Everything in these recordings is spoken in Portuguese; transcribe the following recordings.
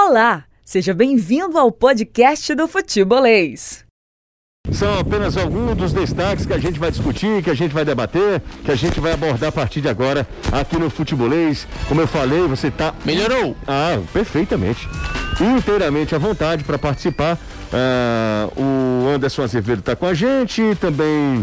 Olá, seja bem-vindo ao podcast do Futebolês. São apenas alguns dos destaques que a gente vai discutir, que a gente vai debater, que a gente vai abordar a partir de agora aqui no Futebolês. Como eu falei, você tá... Melhorou? Perfeitamente. Inteiramente à vontade para participar. O Anderson Azevedo está com a gente, também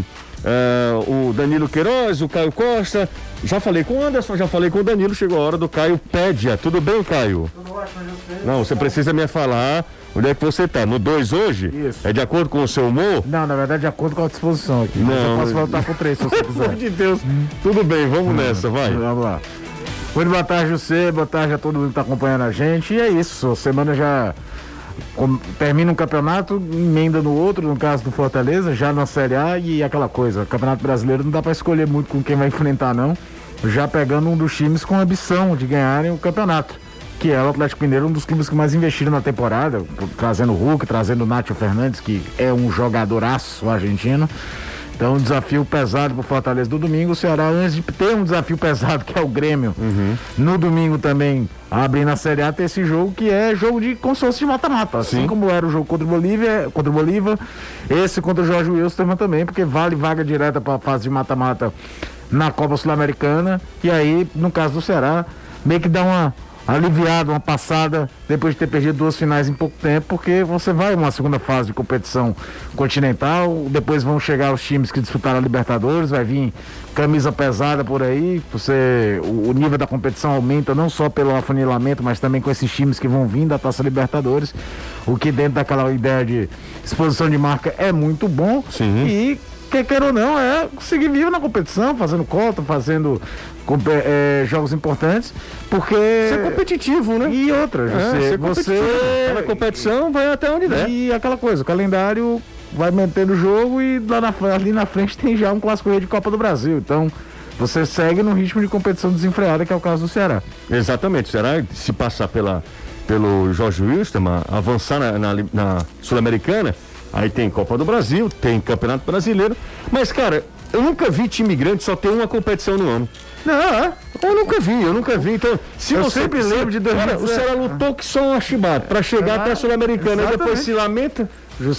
o Danilo Queiroz, o Caio Costa. Já falei com o Anderson, já falei com o Danilo, chegou a hora do Caio Pédia. Tudo bem, Caio? Tudo ótimo, Não, você precisa me falar onde é que você tá. No 2 hoje? Isso. É de acordo com o seu humor? Não, na verdade, de acordo com a disposição aqui. Não. Eu posso voltar com 3 se você quiser. Pelo amor de Deus. Tudo bem, vamos nessa, vai. Vamos lá. Muito boa tarde, José. Boa tarde a todo mundo que está acompanhando a gente. E é isso, a semana já termina um campeonato, emenda no outro, no caso do Fortaleza, já na Série A, e aquela coisa, o Campeonato Brasileiro não dá para escolher muito com quem vai enfrentar, não. Já pegando um dos times com ambição de ganharem o campeonato, que é o Atlético Mineiro, um dos clubes que mais investiram na temporada, trazendo o Hulk, trazendo o Nacho Fernandes, que é um jogadoraço argentino. Então, um desafio pesado pro Fortaleza do domingo. O Ceará, antes de ter um desafio pesado, que é o Grêmio, no domingo também, abrindo a Série A, tem esse jogo que é jogo de consórcio de mata-mata. Assim como era o jogo contra o Bolívar, esse contra o Jorge Wilstermann também, porque vale vaga direta para a fase de mata-mata na Copa Sul-Americana. E aí, no caso do Ceará, meio que dá uma aliviado, uma passada, depois de ter perdido 2 finais em pouco tempo, porque você vai uma segunda fase de competição continental, depois vão chegar os times que disputaram a Libertadores, vai vir camisa pesada por aí, o nível da competição aumenta não só pelo afunilamento, mas também com esses times que vão vir da Taça Libertadores, o que dentro daquela ideia de exposição de marca é muito bom. Sim. E quer ou não, é seguir vivo na competição, fazendo cota, fazendo jogos importantes, porque... Ser competitivo, né? E outra, você... Na competição vai até onde der. E aquela coisa, o calendário vai mantendo o jogo e ali na frente tem já um clássico de Copa do Brasil, então você segue no ritmo de competição desenfreada, que é o caso do Ceará. Exatamente, o Ceará, se passar pelo Jorge Wilstermann, avançar na Sul-Americana, aí tem Copa do Brasil, tem Campeonato Brasileiro, mas cara, eu nunca vi time grande só ter uma competição no ano. Não, eu nunca vi. Então, eu sempre lembro de 2017. O Ceará lutou que só um archibado para chegar até a Sul-Americana e depois se lamenta.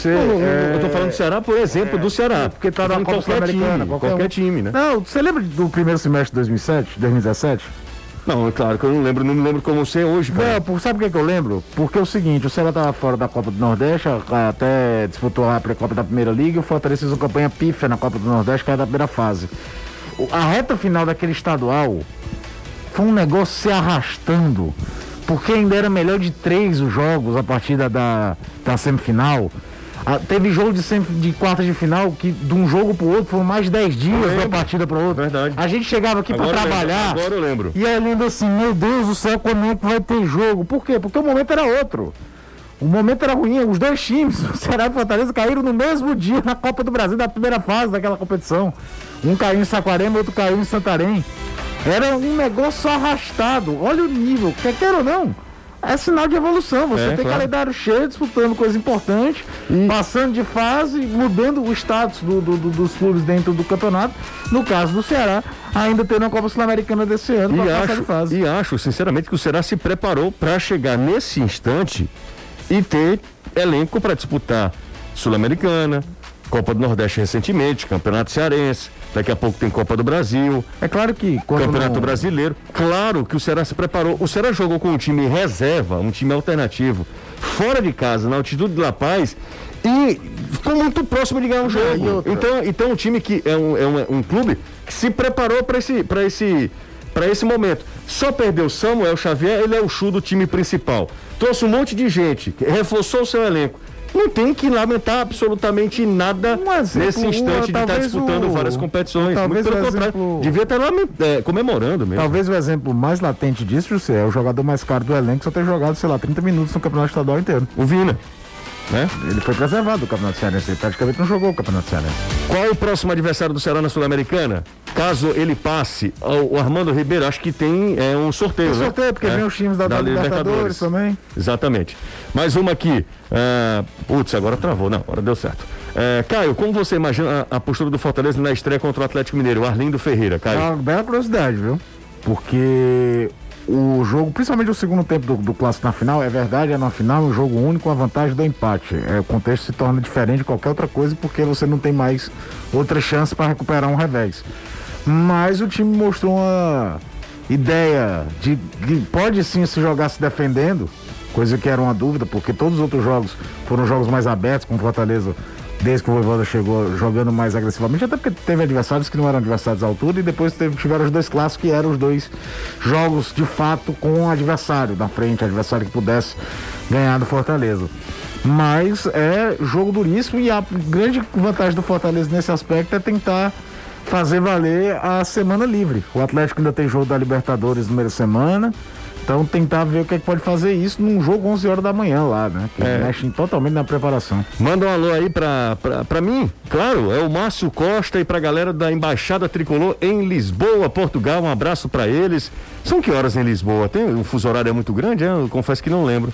Eu tô falando do Ceará, por exemplo, do Ceará. Porque tá na Copa Sul-Americana, qualquer time, né? Não, você lembra do primeiro semestre de 2017? Não, é claro que eu não me lembro como você é hoje, cara. Não, sabe por que eu lembro? Porque é o seguinte, o Ceará estava fora da Copa do Nordeste, até disputou a pré-copa da Primeira Liga, e o Fortaleza fez uma campanha pífia na Copa do Nordeste, que era da primeira fase. A reta final daquele estadual foi um negócio se arrastando, porque ainda era melhor de 3 os jogos a partir da semifinal. Teve jogo de quartas de final que de um jogo pro outro foram mais de 10 dias da partida para outra. Verdade. A gente chegava aqui para trabalhar. Agora eu lembro. E aí eu lembro assim, meu Deus do céu, quando é que vai ter jogo? Por quê? Porque o momento era outro. O momento era ruim, os dois times, o Ceará e o Fortaleza, caíram no mesmo dia na Copa do Brasil, da primeira fase daquela competição. Um caiu em Saquarema, outro caiu em Santarém. Era um negócio arrastado. Olha o nível, quer ou não, é sinal de evolução. Você tem calendário cheio, disputando coisa importante, passando de fase, mudando o status dos clubes dentro do campeonato. No caso do Ceará, ainda tendo a Copa Sul-Americana desse ano para passar de fase. E acho, sinceramente, que o Ceará se preparou para chegar nesse instante e ter elenco para disputar Sul-Americana, Copa do Nordeste recentemente, Campeonato Cearense, daqui a pouco tem Copa do Brasil. É claro que Campeonato Brasileiro. Claro que o Ceará se preparou. O Ceará jogou com um time reserva, um time alternativo, fora de casa, na altitude de La Paz, e ficou muito próximo de ganhar um jogo. Então um time que é um clube que se preparou para esse momento. Só perdeu o Samuel Xavier, ele é o chu do time principal. Trouxe um monte de gente, reforçou o seu elenco. Não tem que lamentar absolutamente nada nesse instante de estar disputando várias competições. Muito pelo contrário, devia estar lá comemorando mesmo. Talvez o exemplo mais latente disso, José, é o jogador mais caro do elenco só ter jogado, 30 minutos no campeonato estadual inteiro. O Vina. Né? Ele foi preservado do Campeonato Cearense, ele praticamente não jogou o Campeonato Cearense. Qual é o próximo adversário do Ceará na Sul-Americana? Caso ele passe, o Armando Ribeiro, acho que tem um sorteio. Tem sorteio, porque vem os times da Libertadores também. Exatamente. Mais uma aqui. Agora travou. Não, agora deu certo. Caio, como você imagina a postura do Fortaleza na estreia contra o Atlético Mineiro? O Arlindo Ferreira, Caio. É uma bela curiosidade, viu? Porque o jogo, principalmente o segundo tempo do clássico na final, é verdade, é na final, um jogo único com a vantagem do empate. O contexto se torna diferente de qualquer outra coisa porque você não tem mais outra chance para recuperar um revés. Mas o time mostrou uma ideia de que pode sim se jogar se defendendo, coisa que era uma dúvida, porque todos os outros jogos foram jogos mais abertos, com Fortaleza, desde que o Vojvoda chegou, jogando mais agressivamente, até porque teve adversários que não eram adversários à altura, e depois tiveram os dois clássicos, que eram os dois jogos de fato com o adversário na frente, adversário que pudesse ganhar do Fortaleza. Mas é jogo duríssimo, e a grande vantagem do Fortaleza nesse aspecto é tentar fazer valer a semana livre. O Atlético ainda tem jogo da Libertadores no meio da semana, então tentar ver o que é que pode fazer isso num jogo 11 horas da manhã lá, né? Que mexe totalmente na preparação. Manda um alô aí pra mim, claro, é o Márcio Costa, e pra galera da Embaixada Tricolor em Lisboa, Portugal, um abraço pra eles. São que horas em Lisboa? Tem um fuso horário muito grande? Eu confesso que não lembro.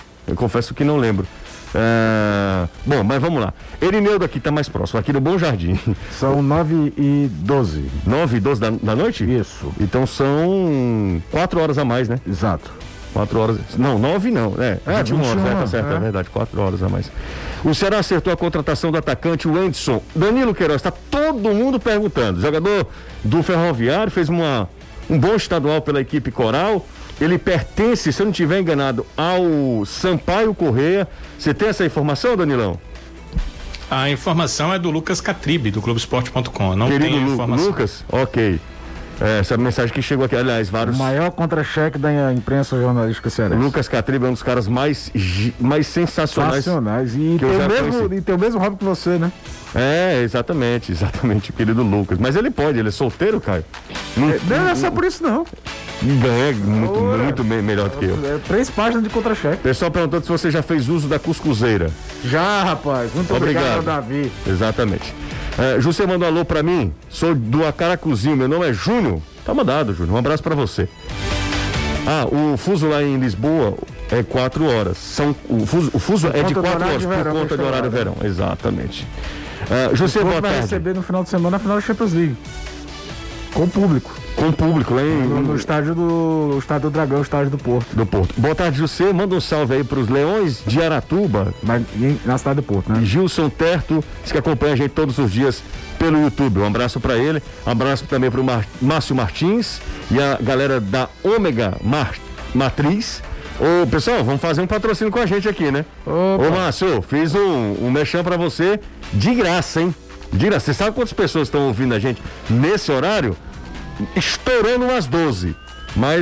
Bom, mas vamos lá. Erineudo aqui tá mais próximo, aqui no Bom Jardim. São 9h12. 9h12 da noite? Isso. Então são 4 horas a mais, né? Exato. 4 horas. Não, 9 não. 21 horas, tá certo, é verdade, 4 horas a mais. O Ceará acertou a contratação do atacante Wendson. Danilo Queiroz, tá todo mundo perguntando. Jogador do Ferroviário, fez um bom estadual pela equipe Coral. Ele pertence, se eu não estiver enganado, ao Sampaio Corrêa. Você tem essa informação, Danilão? A informação é do Lucas Catribe, do Globoesporte.com. Não Querido tem informação. Lucas? Ok. Essa mensagem que chegou aqui, aliás, vários... O maior contra-cheque da imprensa jornalística cearense. Lucas Catribe é um dos caras mais sensacionais. E tem o mesmo hobby que você, né? Exatamente, o querido Lucas. Mas ele é solteiro, Caio? Não é só por isso, não. Ganha muito melhor do que eu. 3 páginas de contra-cheque. Pessoal perguntando se você já fez uso da cuscuzeira. Já, rapaz. Muito obrigado, Davi. Exatamente. José mandou um alô pra mim. Sou do Acaracuzinho. Meu nome é Júnior. Tá mandado, Júnior. Um abraço pra você. O fuso lá em Lisboa é 4 horas. O fuso é de 4 horas por conta do horário verão. Exatamente. José, boa tarde. Vai receber no final de semana a final da Champions League. Com público lá no estádio do Dragão, estádio do Porto. Boa tarde, José. Manda um salve aí pros Leões de Aratuba. Na cidade do Porto, né? Gilson Terto, que acompanha a gente todos os dias pelo YouTube. Um abraço pra ele. Um abraço também pro Márcio Martins e a galera da Ômega Matriz. Pessoal, vamos fazer um patrocínio com a gente aqui, né? Ô, Márcio, fiz um merchan pra você de graça, hein? Você sabe quantas pessoas estão ouvindo a gente nesse horário? Estourando umas 12. Mas,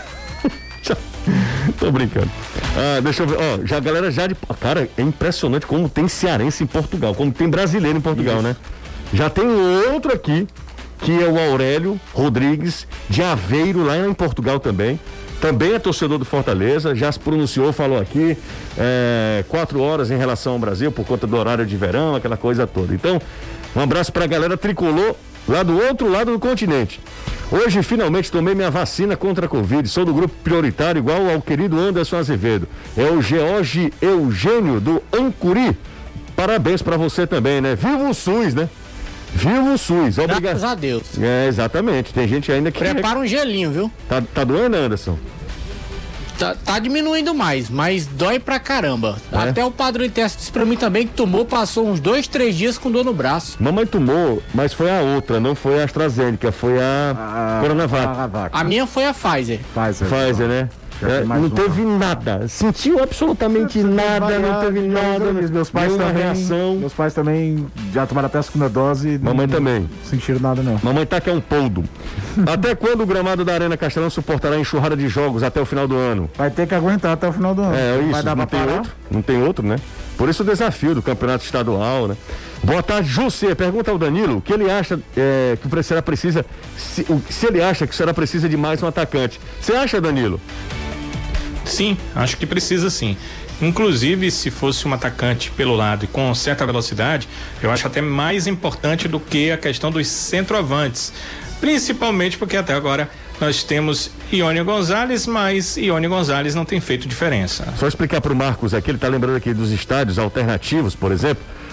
tô brincando. Deixa eu ver. Já a galera já de. Cara, é impressionante como tem cearense em Portugal, como tem brasileiro em Portugal, isso, né? Já tem outro aqui, que é o Aurélio Rodrigues, de Aveiro, lá em Portugal também. Também é torcedor do Fortaleza, já se pronunciou, falou aqui, 4 horas em relação ao Brasil, por conta do horário de verão, aquela coisa toda. Então, um abraço pra galera tricolor, lá do outro lado do continente. Hoje, finalmente, tomei minha vacina contra a Covid, sou do grupo prioritário, igual ao querido Anderson Azevedo. É o George Eugênio, do Ancuri. Parabéns pra você também, né? Viva o SUS, né? Viva o SUS, obrigado. Graças a Deus. Exatamente, tem gente ainda que... Prepara um gelinho, viu? Tá doendo, Anderson? Tá diminuindo mais, mas dói pra caramba. Até o padrão de teste disse pra mim também que tomou, passou uns 2-3 dias com dor no braço. Mamãe tomou, mas foi a outra, não foi a AstraZeneca, foi a Coronavac. A minha foi a Pfizer. Pfizer, né? Não teve nada, sentiu absolutamente nada, não teve nada. Meus pais também já tomaram até a segunda dose. Mamãe também. Sentiram nada, não. Mamãe tá que é um poldo. Até quando o gramado da Arena Castelão suportará a enxurrada de jogos até o final do ano? Vai ter que aguentar até o final do ano. Isso, vai dar não pra tem parar? outro? Não tem outro, né? Por isso o desafio do campeonato estadual, né? Boa tarde, José. Pergunta ao Danilo o que ele acha que o Ceará precisa, se ele acha que o Ceará precisa de mais um atacante. Você acha, Danilo? Sim, acho que precisa sim. Inclusive, se fosse um atacante pelo lado e com certa velocidade, eu acho até mais importante do que a questão dos centroavantes. Principalmente porque até agora nós temos Ione Gonzalez, mas Ione Gonzalez não tem feito diferença. Só explicar para o Marcos aqui, ele está lembrando aqui dos estádios alternativos, por exemplo.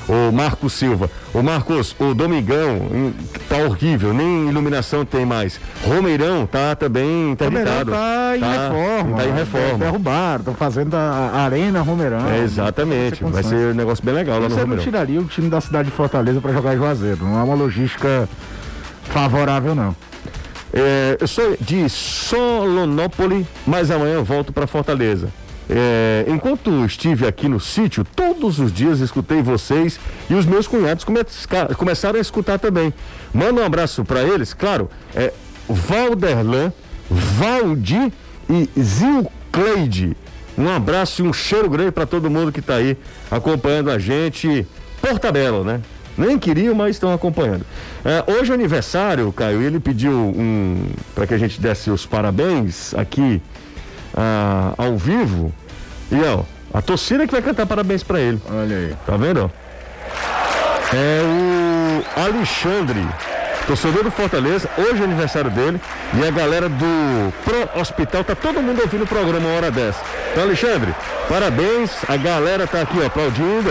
O Marcos Silva. O Marcos, o Domingão tá horrível, nem iluminação tem mais. Romeirão tá também interditado. Tá em reforma. Derrubaram, estão fazendo a Arena Romeirão. Exatamente, vai ser um negócio bem legal lá no Romeirão. Você não tiraria o time da cidade de Fortaleza para jogar em Juazeiro, não é uma logística favorável, não. Eu sou de Solonópole, mas amanhã eu volto para Fortaleza. Enquanto estive aqui no sítio, todos os dias escutei vocês e os meus cunhados começaram a escutar também. Manda um abraço para eles, claro, Valderlan, Valdir e Zilcleide. Um abraço e um cheiro grande para todo mundo que está aí acompanhando a gente por tabela, né? Nem queriam, mas estão acompanhando. Hoje é aniversário, Caio, e ele pediu para que a gente desse os parabéns aqui ao vivo. E a torcida que vai cantar parabéns para ele. Olha aí. Tá vendo? É o Alexandre, torcedor do Fortaleza. Hoje é aniversário dele. E a galera do Pro Hospital, tá todo mundo ouvindo o programa uma hora dessa. Então, Alexandre, parabéns. A galera tá aqui, aplaudindo,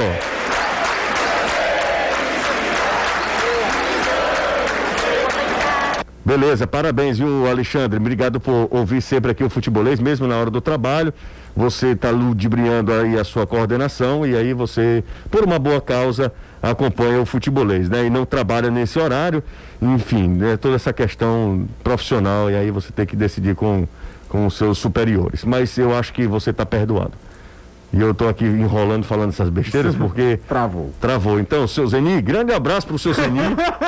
Beleza, parabéns, viu, Alexandre? Obrigado por ouvir sempre aqui o Futebolês, mesmo na hora do trabalho. Você está ludibriando aí a sua coordenação e aí você, por uma boa causa, acompanha o Futebolês, né? E não trabalha nesse horário, enfim, né? Toda essa questão profissional e aí você tem que decidir com os seus superiores. Mas eu acho que você está perdoado. E eu tô aqui enrolando, falando essas besteiras, porque... Travou. Então, seu Zeni, grande abraço pro seu Zeni.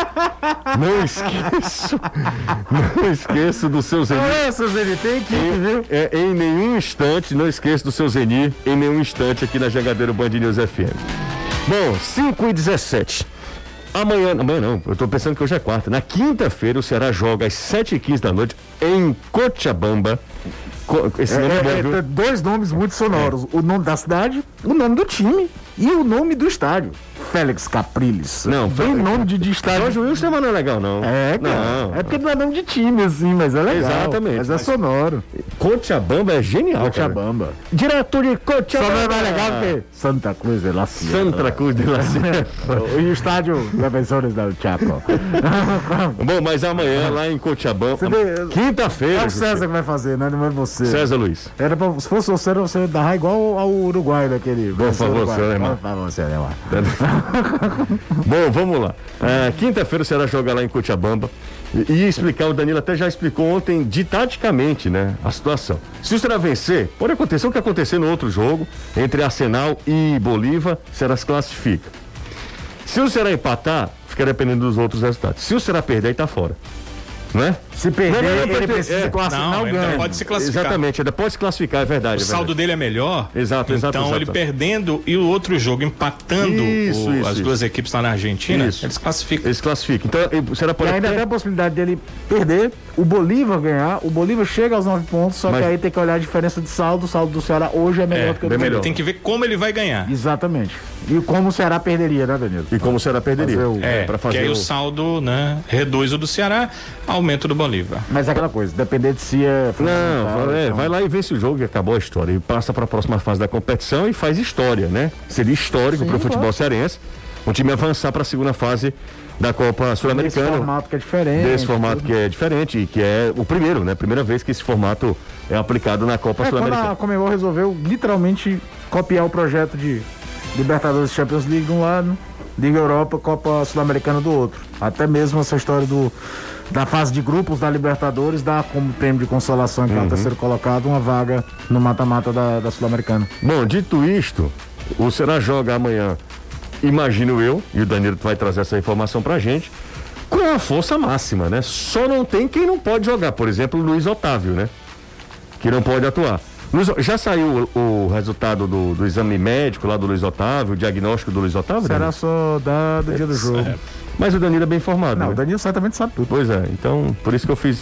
Não esqueço do seu Zeni. Seu Zeni, tem que ir, viu? Em nenhum instante, não esqueço do seu Zeni, em nenhum instante aqui na Jangadeiro Band News FM. Bom, 5h17. Amanhã não, eu tô pensando que hoje é quarta. Na quinta-feira, o Ceará joga às 7h15 da noite em Cochabamba. Esse nome é bom, viu? Dois nomes muito sonoros. O nome da cidade, o nome do time e o nome do estádio. Félix Capriles. Não, tem nome de estádio. Jorge Wilson não é legal, não. Não. É porque não é nome de time, assim, mas é legal. Exatamente. Mas é sonoro. Cochabamba é genial, Cochabamba. Direto de Cochabamba. Só não é mais legal que Santa Cruz de la Sierra. Santa Cruz de la Sierra. E o estádio Defensores del Chaco. Bom, mas amanhã lá em Cochabamba, quinta-feira. É o César que vai fazer, né? Não é você. César Luiz. Se fosse você dar igual ao Uruguai daquele. Por favor, senhor Neymar. Por favor, senhor Neymar. Bom, vamos lá. Quinta-feira o Ceará joga lá em Cochabamba e explicar, o Danilo até já explicou ontem taticamente, né, a situação. Se o Ceará vencer, pode acontecer o que aconteceu no outro jogo entre Arsenal e Bolívar, o Ceará se classifica. Se o Ceará empatar, fica dependendo dos outros resultados. Se o Ceará perder, aí tá fora. Não é? Se perder, ele precisa classificar. Não, ele pode se classificar. Exatamente, ele pode se classificar, é verdade. O saldo dele é melhor. Exato. Então ele perdendo e o outro jogo empatando as duas equipes lá na Argentina, eles classificam. Eles classificam. Então, será pode ainda tem a possibilidade dele perder, o Bolívar ganhar, o Bolívar chega aos 9 pontos, só que aí tem que olhar a diferença de saldo. O saldo do Ceará hoje é melhor do que o do Bolívar. Tem que ver como ele vai ganhar. Exatamente. E como o Ceará perderia, né, Danilo? E como o Ceará perderia. Que aí o saldo, né, reduz o do Ceará, aumenta o do Bolívar. Mas é aquela coisa, depender de si é... Não, vai lá e vence o jogo e acabou a história. E passa para a próxima fase da competição e faz história, né? Seria histórico para o futebol cearense. Um time avançar para a segunda fase da Copa Sul-Americana. Desse formato que é diferente. Desse formato que é diferente e que é o primeiro, né? Primeira vez que esse formato é aplicado na Copa Sul-Americana. Quando a Conmebol resolveu literalmente copiar o projeto de Libertadores e Champions League de um lado, Liga Europa, Copa Sul-Americana do outro. Até mesmo essa história da fase de grupos da Libertadores dá como prêmio de consolação para o terceiro colocado uma vaga no mata-mata da Sul-Americana. Bom, dito isto, o Ceará joga amanhã, imagino eu, e o Danilo vai trazer essa informação pra gente, com a força máxima, né? Só não tem quem não pode jogar, por exemplo, o Luiz Otávio, né? Que não pode atuar. Já saiu o resultado do exame médico lá do Luiz Otávio, o diagnóstico do Luiz Otávio? Será só do dia do jogo. Mas o Danilo é bem informado. Não, né? O Danilo certamente sabe tudo. Pois é, então por isso que eu fiz.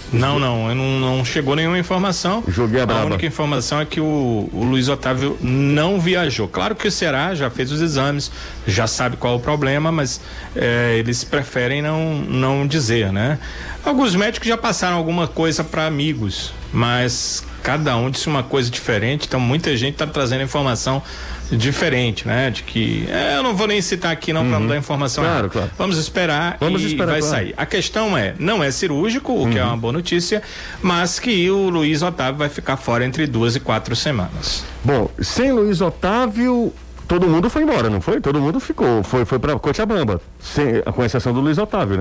Não chegou nenhuma informação. Joguei a braba. A única informação é que o Luiz Otávio não viajou. Claro que o Ceará já fez os exames, já sabe qual é o problema, mas eles preferem não dizer, né? Alguns médicos já passaram alguma coisa para amigos, mas cada um disse uma coisa diferente, então muita gente está trazendo informação diferente, né? De que eu não vou nem citar aqui não para não dar informação errada. Claro. Vamos esperar e vai sair. A questão não é cirúrgico, o que é uma boa notícia, mas que o Luiz Otávio vai ficar fora entre 2 e 4 semanas. Bom, sem Luiz Otávio, todo mundo foi embora, não foi? Todo mundo ficou, foi para Cochabamba, com exceção do Luiz Otávio, né?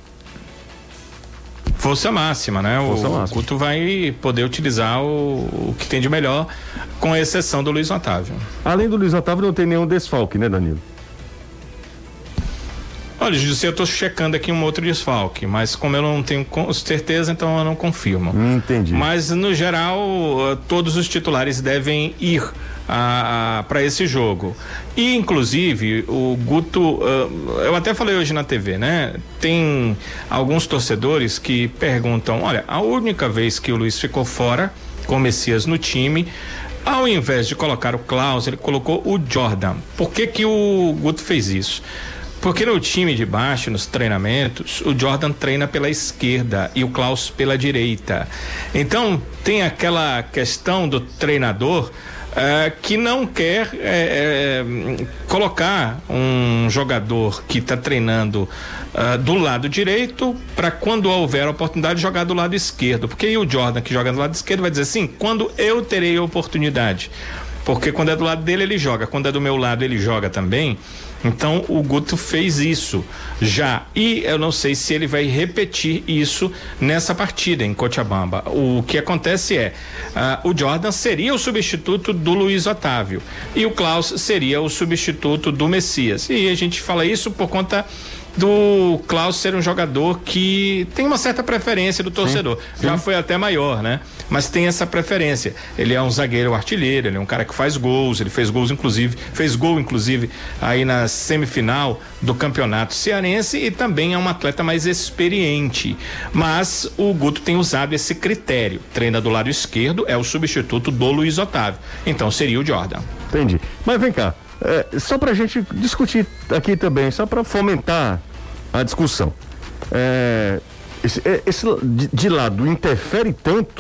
Força máxima, né? O Guto vai poder utilizar o que tem de melhor, com exceção do Luiz Otávio. Além do Luiz Otávio, não tem nenhum desfalque, né, Danilo? Olha, José, eu estou checando aqui um outro desfalque, mas como eu não tenho certeza, então eu não confirmo. Entendi. Mas, no geral, todos os titulares devem ir para esse jogo. E, inclusive, o Guto, eu até falei hoje na TV, né? Tem alguns torcedores que perguntam, olha, a única vez que o Luiz ficou fora com o Messias no time, ao invés de colocar o Klaus, ele colocou o Jordan. Por que o Guto fez isso? Porque no time de baixo, nos treinamentos, o Jordan treina pela esquerda e o Klaus pela direita. Então, tem aquela questão do treinador que não quer colocar um jogador que está treinando do lado direito para quando houver a oportunidade jogar do lado esquerdo. Porque aí o Jordan, que joga do lado esquerdo, vai dizer assim, quando eu terei a oportunidade. Porque quando é do lado dele, ele joga. Quando é do meu lado, ele joga também. Então, o Guto fez isso já. E eu não sei se ele vai repetir isso nessa partida em Cochabamba. O que acontece o Jordan seria o substituto do Luiz Otávio. E o Klaus seria o substituto do Messias. E a gente fala isso por conta do Klaus ser um jogador que tem uma certa preferência do torcedor. Sim. Já foi até maior, né? Mas tem essa preferência. Ele é um zagueiro artilheiro, ele é um cara que faz gols, ele fez gol inclusive aí na semifinal do Campeonato Cearense e também é um atleta mais experiente. Mas o Guto tem usado esse critério. Treina do lado esquerdo, é o substituto do Luiz Otávio. Então seria o Jordan. Entendi. Mas vem cá, só pra gente discutir aqui também, só pra fomentar a discussão. Esse de lado interfere tanto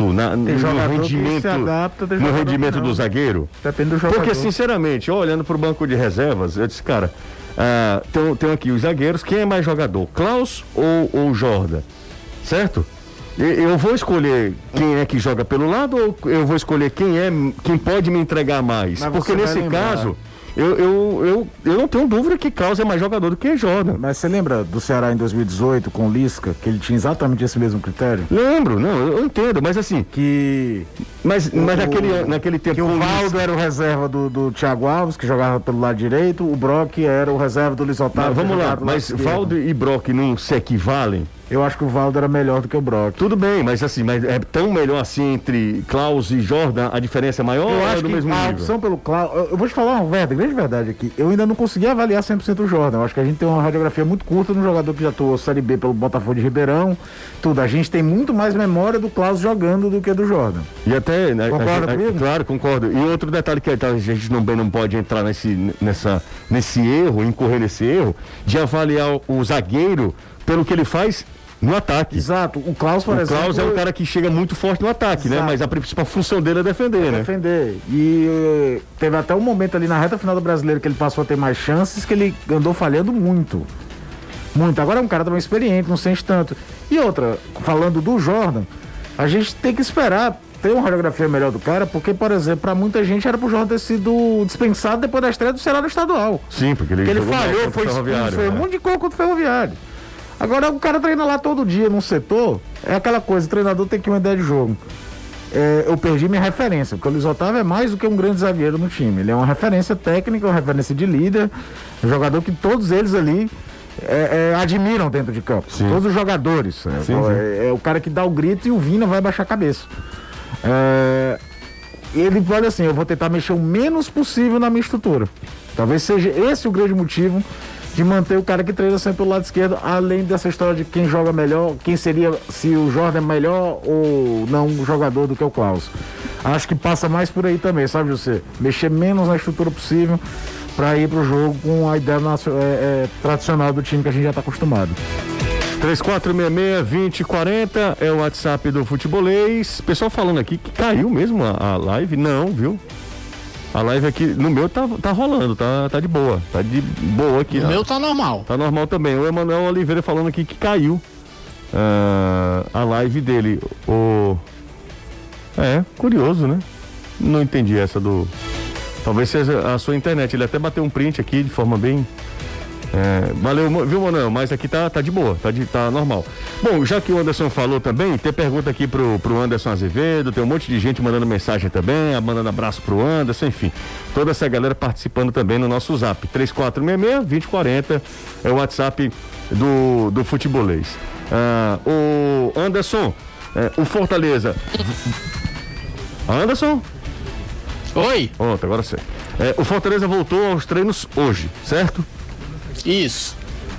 no rendimento do zagueiro? Depende do jogador. Porque, sinceramente, olhando pro banco de reservas, eu disse, cara, tem aqui os zagueiros, quem é mais jogador, Klaus ou Jordan? Certo? Eu vou escolher quem é que joga pelo lado ou eu vou escolher quem pode me entregar mais? Mas porque nesse caso, eu não tenho dúvida que Klaus é mais jogador do que Jordan. Mas você lembra do Ceará em 2018 com o Lisca, que ele tinha exatamente esse mesmo critério? Lembro, eu entendo, mas assim... Mas naquele tempo... Que o Valdo era o reserva do Thiago Alves, que jogava pelo lado direito, o Brock era o reserva do Luiz Otávio. Vamos lá, mas Valdo e Brock não se equivalem? Eu acho que o Valdo era melhor do que o Brock. Tudo bem, mas é tão melhor assim entre Klaus e Jordan, a diferença é maior ou é do mesmo nível? A opção pelo Klaus, eu vou te falar uma grande verdade aqui, eu ainda não consegui avaliar 100% o Jordan, eu acho que a gente tem uma radiografia muito curta no jogador que já atuou Série B pelo Botafogo de Ribeirão, tudo, a gente tem muito mais memória do Klaus jogando do que do Jordan. E até... Concorda comigo? Claro, concordo. E outro detalhe que a gente não pode entrar nesse erro, incorrer nesse erro, de avaliar o zagueiro pelo que ele faz no ataque. Exato. O Klaus, por exemplo... O Klaus é um cara que chega muito forte no ataque, né? Mas a principal função dele é defender, né? Defender. E teve até um momento ali na reta final do Brasileiro que ele passou a ter mais chances, que ele andou falhando muito. Muito. Agora é um cara também experiente, não sente tanto. E outra, falando do Jordan, a gente tem que esperar ter uma radiografia melhor do cara, porque, por exemplo, pra muita gente era pro Jordan ter sido dispensado depois da estreia do Ceará estadual. Sim, porque ele falhou, foi expulso, foi um monte de coisa contra o Ferroviário. Agora o cara treina lá todo dia num setor, é aquela coisa, o treinador tem que ter uma ideia de jogo. Eu perdi minha referência, porque o Luiz Otávio é mais do que um grande zagueiro no time. Ele é uma referência técnica, uma referência de líder, um jogador que todos eles ali admiram dentro de campo. Sim. Todos os jogadores. Sim. É o cara que dá o grito e o Vina vai baixar a cabeça. Ele olha assim, eu vou tentar mexer o menos possível na minha estrutura. Talvez seja esse o grande motivo de manter o cara que treina sempre pelo lado esquerdo, além dessa história de quem joga melhor, quem seria, se o Jordan é melhor ou não um jogador do que o Klaus. Acho que passa mais por aí também, sabe, José? Mexer menos na estrutura possível para ir pro jogo com a ideia tradicional do time que a gente já está acostumado. 3466-2040 é o WhatsApp do Futebolês. Pessoal falando aqui que caiu mesmo a live. Não, viu? A live aqui, no meu tá rolando, tá de boa. Tá de boa aqui. No meu tá normal. Tá normal também. O Emanuel Oliveira falando aqui que caiu a live dele. Curioso, né? Não entendi essa do... Talvez seja a sua internet. Ele até bateu um print aqui de forma bem... valeu, viu, Manuel? Mas aqui tá de boa, tá normal. Bom, já que o Anderson falou também, tem pergunta aqui pro Anderson Azevedo, tem um monte de gente mandando mensagem também, mandando abraço pro Anderson, enfim. Toda essa galera participando também no nosso zap. 3466-2040 é o WhatsApp do Futebolês. O Anderson, o Fortaleza. Anderson? Oi. Pronto, agora sim. O Fortaleza voltou aos treinos hoje, certo? Isso.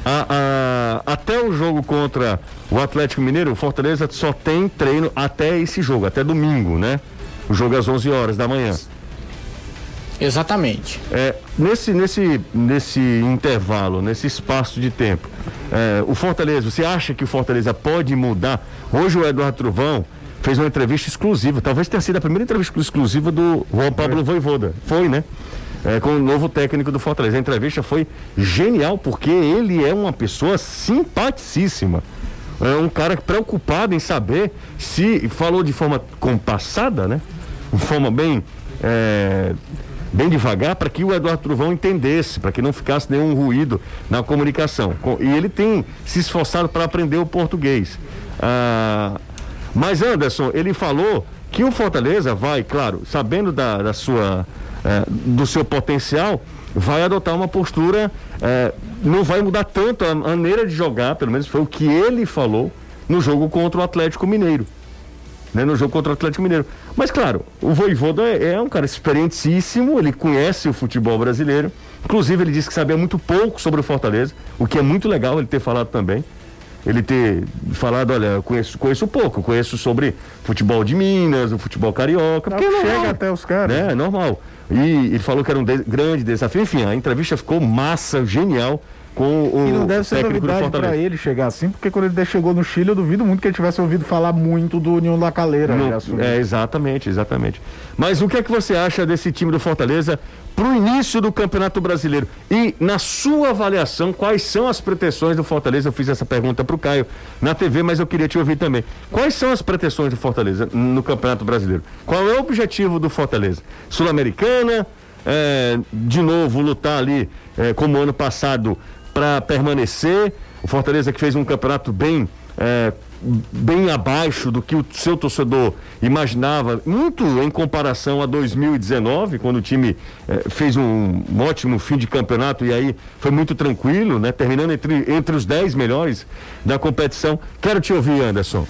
Até o jogo contra o Atlético Mineiro, o Fortaleza só tem treino até esse jogo, até domingo, né? O jogo às 11 horas da manhã. Exatamente. Nesse intervalo, nesse espaço de tempo, o Fortaleza, você acha que o Fortaleza pode mudar? Hoje o Eduardo Truvão fez uma entrevista exclusiva, talvez tenha sido a primeira entrevista exclusiva do Juan Pablo Vojvoda. Foi, né? Com o novo técnico do Fortaleza. A entrevista foi genial, porque ele é uma pessoa simpaticíssima. É um cara preocupado em saber se falou de forma compassada, né? De forma bem devagar, para que o Eduardo Truvão entendesse, para que não ficasse nenhum ruído na comunicação. E ele tem se esforçado para aprender o português. Mas Anderson, ele falou que o Fortaleza vai, claro, sabendo do seu potencial, vai adotar uma postura, não vai mudar tanto a maneira de jogar, pelo menos foi o que ele falou no jogo contra o Atlético Mineiro, né? Mas claro, o Vojvoda é um cara experientíssimo, ele conhece o futebol brasileiro, inclusive ele disse que sabia muito pouco sobre o Fortaleza, o que é muito legal ele ter falado também. Ele ter falado, olha, eu conheço pouco, conheço sobre futebol de Minas, o futebol carioca, porque não chega até os caras. É normal. E ele falou que era um grande desafio. Enfim, a entrevista ficou massa, genial, com o e não deve ser técnico do novidade Fortaleza. pra ele chegar assim, porque quando ele chegou no Chile, eu duvido muito que ele tivesse ouvido falar muito do União La Calera. Exatamente. Mas o que é que você acha desse time do Fortaleza pro início do Campeonato Brasileiro? E, na sua avaliação, quais são as pretensões do Fortaleza? Eu fiz essa pergunta pro Caio na TV, mas eu queria te ouvir também. Quais são as pretensões do Fortaleza no Campeonato Brasileiro? Qual é o objetivo do Fortaleza? Sul-Americana? De novo, lutar ali, como ano passado, para permanecer? O Fortaleza que fez um campeonato bem abaixo do que o seu torcedor imaginava, muito em comparação a 2019, quando o time fez um ótimo fim de campeonato e aí foi muito tranquilo, né? Terminando entre os 10 melhores da competição. Quero te ouvir, Anderson.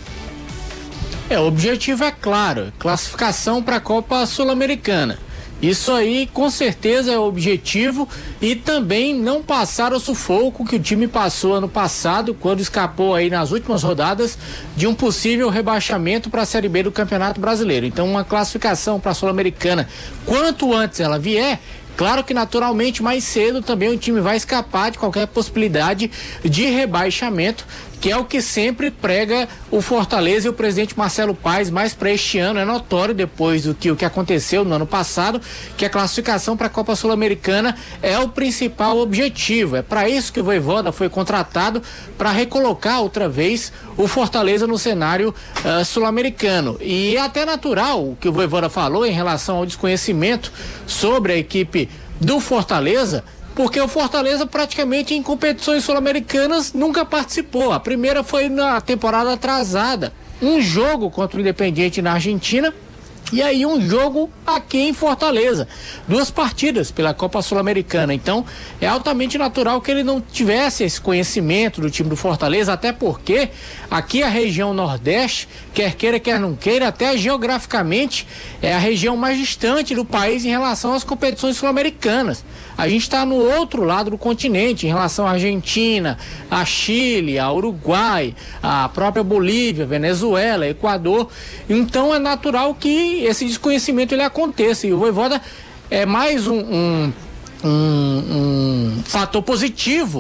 O objetivo é claro, classificação para a Copa Sul-Americana. Isso aí com certeza é o objetivo, e também não passar o sufoco que o time passou ano passado, quando escapou aí nas últimas rodadas de um possível rebaixamento para a Série B do Campeonato Brasileiro. Então uma classificação para a Sul-Americana, quanto antes ela vier, claro que naturalmente mais cedo também o time vai escapar de qualquer possibilidade de rebaixamento, que é o que sempre prega o Fortaleza e o presidente Marcelo Paes, mas para este ano é notório, depois do que aconteceu no ano passado, que a classificação para a Copa Sul-Americana é o principal objetivo. É para isso que o Vojvoda foi contratado, para recolocar outra vez o Fortaleza no cenário sul-americano. E é até natural o que o Vojvoda falou em relação ao desconhecimento sobre a equipe do Fortaleza, porque o Fortaleza praticamente em competições sul-americanas nunca participou. A primeira foi na temporada atrasada, um jogo contra o Independiente na Argentina, e aí um jogo aqui em Fortaleza, 2 partidas pela Copa Sul-Americana. Então é altamente natural que ele não tivesse esse conhecimento do time do Fortaleza, até porque aqui a região Nordeste, quer queira quer não queira, até geograficamente é a região mais distante do país em relação às competições sul-americanas. A gente está no outro lado do continente, em relação à Argentina, a Chile, a Uruguai, a própria Bolívia, Venezuela, Equador. Então é natural que esse desconhecimento ele aconteça. E o Vojvoda é mais um fator positivo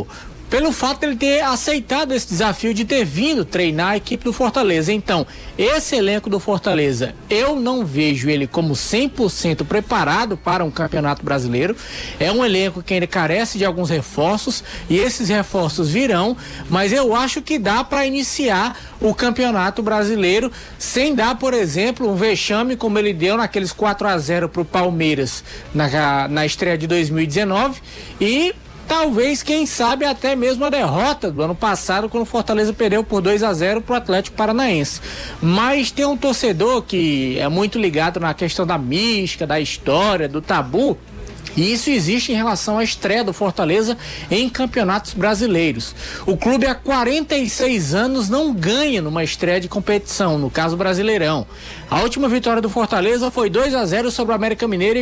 pelo fato de ele ter aceitado esse desafio de ter vindo treinar a equipe do Fortaleza. Então, esse elenco do Fortaleza, eu não vejo ele como 100% preparado para um campeonato brasileiro. É um elenco que ainda carece de alguns reforços, e esses reforços virão, mas eu acho que dá para iniciar o campeonato brasileiro sem dar, por exemplo, um vexame como ele deu naqueles 4-0 para o Palmeiras na estreia de 2019, e talvez, quem sabe, até mesmo a derrota do ano passado, quando o Fortaleza perdeu por 2-0 para o Atlético Paranaense. Mas tem um torcedor que é muito ligado na questão da mística, da história, do tabu, e isso existe em relação à estreia do Fortaleza em campeonatos brasileiros. O clube há 46 anos não ganha numa estreia de competição, no caso Brasileirão. A última vitória do Fortaleza foi 2-0 sobre o América Mineiro em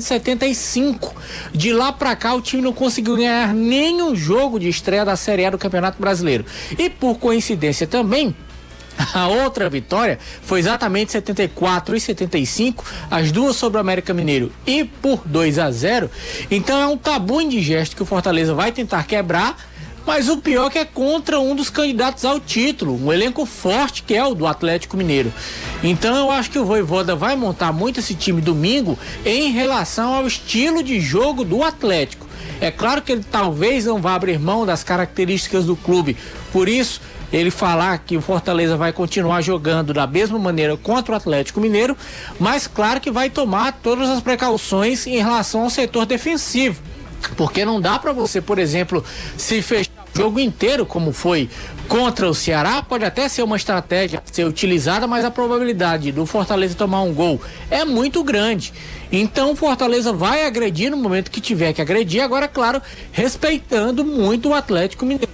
1975. De lá pra cá o time não conseguiu ganhar nenhum jogo de estreia da Série A do Campeonato Brasileiro. E por coincidência também, a outra vitória foi exatamente 74 e 75, as duas sobre o América Mineiro e por 2-0. Então é um tabu indigesto que o Fortaleza vai tentar quebrar, mas o pior é que é contra um dos candidatos ao título, um elenco forte que é o do Atlético Mineiro. Então eu acho que o Vojvoda vai montar muito esse time domingo em relação ao estilo de jogo do Atlético. É claro que ele talvez não vá abrir mão das características do clube, por isso ele falar que o Fortaleza vai continuar jogando da mesma maneira contra o Atlético Mineiro, mas claro que vai tomar todas as precauções em relação ao setor defensivo, porque não dá para você, por exemplo, se fechar o jogo inteiro como foi contra o Ceará. Pode até ser uma estratégia ser utilizada, mas a probabilidade do Fortaleza tomar um gol é muito grande. Então o Fortaleza vai agredir no momento que tiver que agredir, agora claro, respeitando muito o Atlético Mineiro.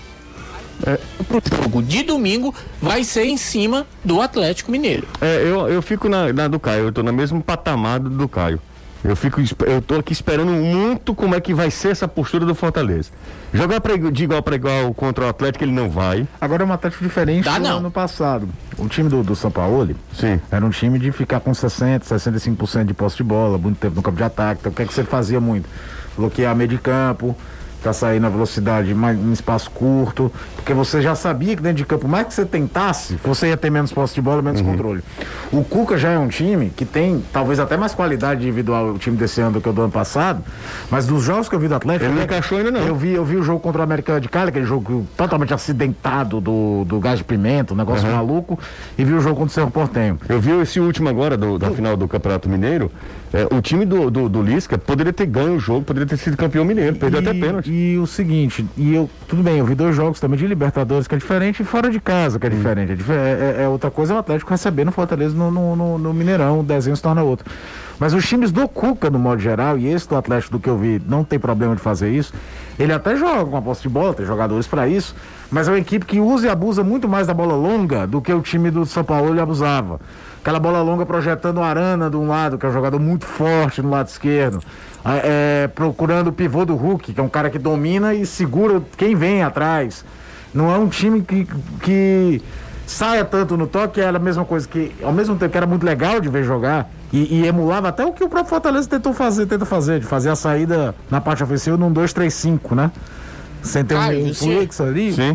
O jogo de domingo vai ser em cima do Atlético Mineiro. Eu fico na do Caio, eu tô no mesmo patamar do Caio. Eu tô aqui esperando muito como é que vai ser essa postura do Fortaleza. Jogar de igual para igual contra o Atlético, ele não vai. Agora é um Atlético diferente do ano passado. O time do São Paulo era um time de ficar com 60%, 65% de posse de bola, muito tempo no campo de ataque. Então o que é que você fazia muito? Bloquear meio de campo, para sair na velocidade mais em espaço curto, porque você já sabia que dentro de campo, mais que você tentasse, você ia ter menos posse de bola, menos controle. O Cuca já é um time que tem talvez até mais qualidade individual, o time desse ano do que o do ano passado, mas dos jogos que eu vi do Atlético, ele não encaixou ainda não. Eu vi o jogo contra o América de Cali, aquele jogo totalmente acidentado do gás de pimenta, um negócio maluco, e vi o jogo contra o Cerro Porteño. Eu vi esse último agora da final do Campeonato Mineiro. O time do Lisca poderia ter ganho o jogo, poderia ter sido campeão mineiro, perdeu até pênalti. E o seguinte, tudo bem, eu vi 2 jogos também de Libertadores, que é diferente, e fora de casa, que é diferente. É outra coisa, o Atlético recebendo o Fortaleza no Mineirão, o desenho se torna outro. Mas os times do Cuca, no modo geral, e esse do Atlético do que eu vi, não tem problema de fazer isso. Ele até joga com a posse de bola, tem jogadores para isso, mas é uma equipe que usa e abusa muito mais da bola longa do que o time do São Paulo abusava. Aquela bola longa projetando o Arana de um lado, que é um jogador muito forte no lado esquerdo. Procurando o pivô do Hulk, que é um cara que domina e segura quem vem atrás. Não é um time que saia tanto no toque, era a mesma coisa que, ao mesmo tempo que era muito legal de ver jogar, e emulava até o que o próprio Fortaleza tenta fazer, de fazer a saída na parte ofensiva num 2-3-5, né? Sem ter um fluxo ali. Sim.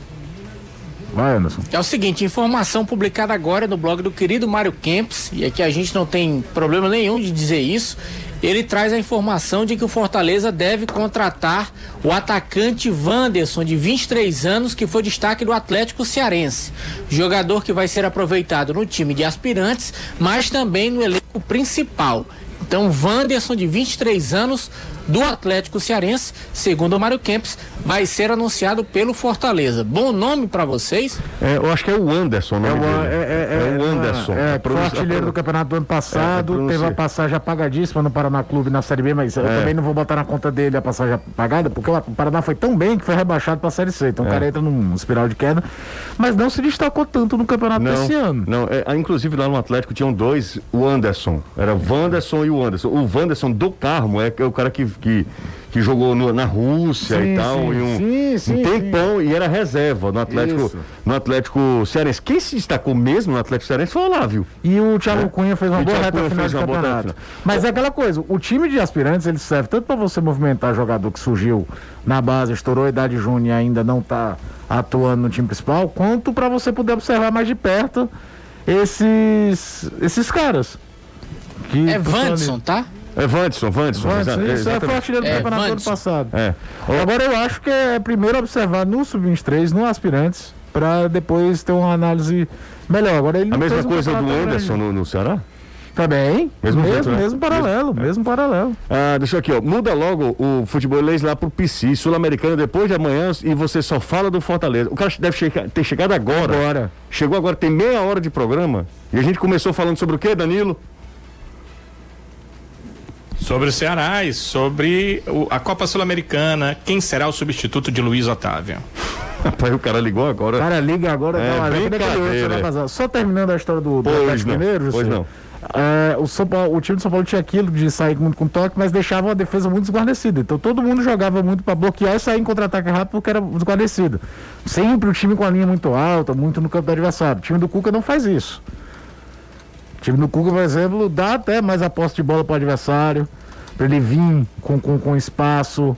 Vai, Anderson. É o seguinte, informação publicada agora no blog do querido Mário Kempis, e aqui a gente não tem problema nenhum de dizer isso. Ele traz a informação de que o Fortaleza deve contratar o atacante Wanderson, de 23 anos, que foi destaque do Atlético Cearense. Jogador que vai ser aproveitado no time de aspirantes, mas também no elenco principal. Então, Wanderson, de 23 anos, do Atlético Cearense, segundo o Mário Kempis, vai ser anunciado pelo Fortaleza. Bom nome pra vocês? Eu acho que é o Anderson, né? É o Anderson. Foi artilheiro do campeonato do ano passado, teve a passagem apagadíssima no Paraná Clube na Série B, mas eu também não vou botar na conta dele a passagem apagada, porque o Paraná foi tão bem que foi rebaixado pra Série C. Então o cara entra num espiral de queda, mas não se destacou tanto no campeonato desse ano. Não, inclusive lá no Atlético tinham 2, o Anderson. Era o Wanderson e o do Anderson. O Wanderson do Carmo é o cara que jogou na Rússia e tal, um tempão, e era reserva no Atlético Cearense. Quem se destacou mesmo no Atlético Cearense foi o Olávio. E o Thiago Cunha fez uma boa reta final de campeonato. Mas é aquela coisa, o time de aspirantes, ele serve tanto para você movimentar jogador que surgiu na base, estourou a idade júnior e ainda não está atuando no time principal, quanto para você poder observar mais de perto esses caras. É Wanderson, tá? É Wanderson. Isso foi artilheiro do campeonato do ano passado. Agora eu acho que é primeiro observar no Sub-23, no Aspirantes, para depois ter uma análise melhor. Agora ele a mesma coisa do Anderson no Ceará? Também, mesmo paralelo. Deixa eu aqui, muda logo o futebolês lá pro PC, Sul-Americano, depois de amanhã, e você só fala do Fortaleza. O cara deve ter chegado agora. Chegou agora, tem meia hora de programa, e a gente começou falando sobre o quê, Danilo? Sobre o Ceará e sobre a Copa Sul-Americana, quem será o substituto de Luiz Otávio? Rapaz, o cara ligou agora. O cara liga agora. Brincadeira. Só terminando a história do Atlético Mineiro. Pois não. O time de São Paulo tinha aquilo de sair muito com toque, mas deixava uma defesa muito desguarnecida. Então todo mundo jogava muito para bloquear e sair em contra-ataque rápido porque era desguarnecido. Sempre o time com a linha muito alta, muito no campo do adversário. O time do Cuca não faz isso. O time do Cuca, por exemplo, dá até mais a posse de bola para o adversário, para ele vir com espaço,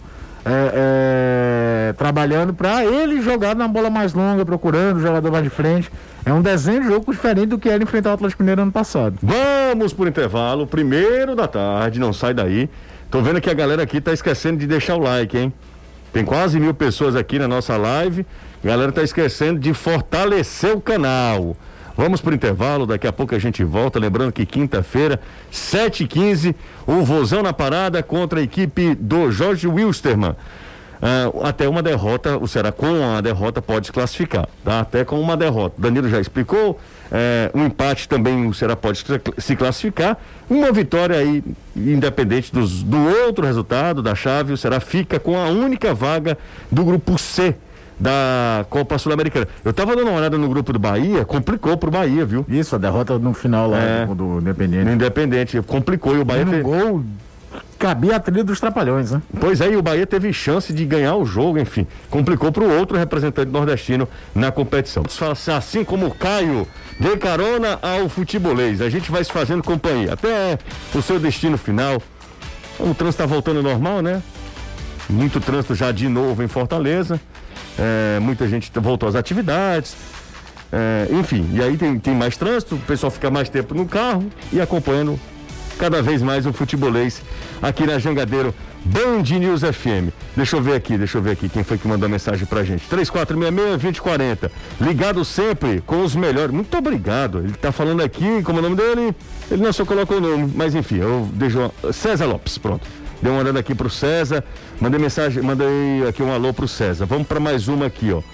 trabalhando para ele jogar na bola mais longa, procurando o jogador mais de frente. É um desenho de jogo diferente do que era enfrentar o Atlético Mineiro ano passado. Vamos por intervalo, 1º da tarde, não sai daí. Tô vendo que a galera aqui tá esquecendo de deixar o like, hein? Tem quase 1000 pessoas aqui na nossa live. A galera tá esquecendo de fortalecer o canal. Vamos pro intervalo, daqui a pouco a gente volta. Lembrando que quinta-feira, 7h15, o Vozão na parada contra a equipe do Jorge Wilstermann. Até uma derrota, o Ceará com a derrota pode se classificar, tá? Até com uma derrota. Danilo já explicou, um empate também o Ceará pode se classificar. Uma vitória aí, independente do outro resultado da chave, o Ceará fica com a única vaga do grupo C da Copa Sul-Americana. Eu tava dando uma olhada no grupo do Bahia, complicou pro Bahia, viu? Isso, a derrota no final lá do Independente. No Independente, complicou e o Bahia gol cabia a trilha dos Trapalhões, né? Pois é, e o Bahia teve chance de ganhar o jogo, enfim, complicou pro outro representante nordestino na competição. Assim como o Caio, dê carona ao futebolês, a gente vai se fazendo companhia, até o seu destino final. O trânsito tá voltando ao normal, né? Muito trânsito já de novo em Fortaleza. Muita gente voltou às atividades, enfim, e aí tem mais trânsito, o pessoal fica mais tempo no carro e acompanhando cada vez mais o futebolês aqui na Jangadeiro Band News FM. Deixa eu ver aqui quem foi que mandou a mensagem pra gente. 3466-2040, ligado sempre com os melhores. Muito obrigado, ele tá falando aqui, como é o nome dele? Ele não só colocou o nome, mas enfim, eu deixo César Lopes, pronto. Dei uma olhada aqui pro César, mandei aqui um alô pro César. Vamos para mais uma aqui, ó.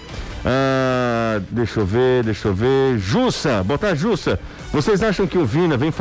Deixa eu ver. Jussa, botar Jussa. Vocês acham que o Vina vem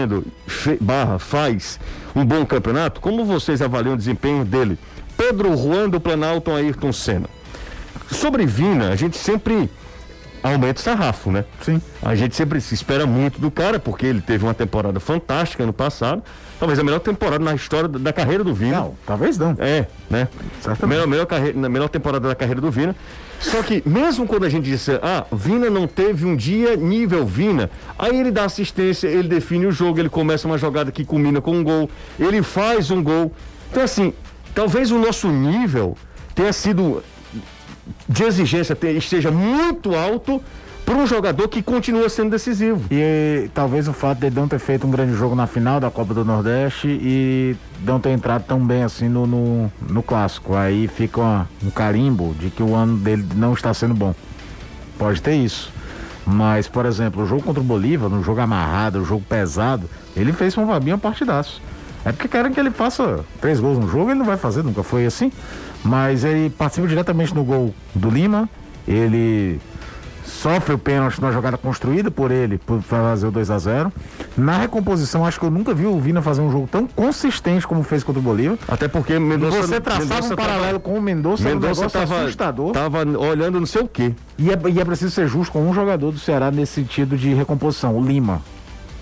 faz um bom campeonato? Como vocês avaliam o desempenho dele? Pedro Juan do Planalto, Ayrton Senna. Sobre Vina, a gente sempre aumenta o sarrafo, né? Sim. A gente sempre se espera muito do cara, porque ele teve uma temporada fantástica ano passado. Talvez a melhor temporada na história da carreira do Vina. Não, talvez não. Né? Melhor temporada da carreira do Vina. Só que mesmo quando a gente disse, Vina não teve um dia nível Vina, aí ele dá assistência, ele define o jogo, ele começa uma jogada que culmina com um gol, ele faz um gol. Então assim, talvez o nosso nível tenha sido de exigência, esteja muito alto para um jogador que continua sendo decisivo. E talvez o fato de ele não ter feito um grande jogo na final da Copa do Nordeste e não ter entrado tão bem assim no Clássico. Aí fica um carimbo de que o ano dele não está sendo bom. Pode ter isso. Mas, por exemplo, o jogo contra o Bolívar, no jogo amarrado, o jogo pesado, ele fez uma partidaço. É porque querem que ele faça 3 gols no jogo, ele não vai fazer, nunca foi assim. Mas ele participa diretamente no gol do Lima, ele sofre o pênalti numa jogada construída por ele para fazer o 2-0. Na recomposição, acho que eu nunca vi o Vina fazer um jogo tão consistente como fez contra o Bolívar. Até porque você traçava um paralelo com o Mendonça, um negócio assustador. Tava olhando não sei o quê. E é preciso ser justo com um jogador do Ceará nesse sentido de recomposição, o Lima.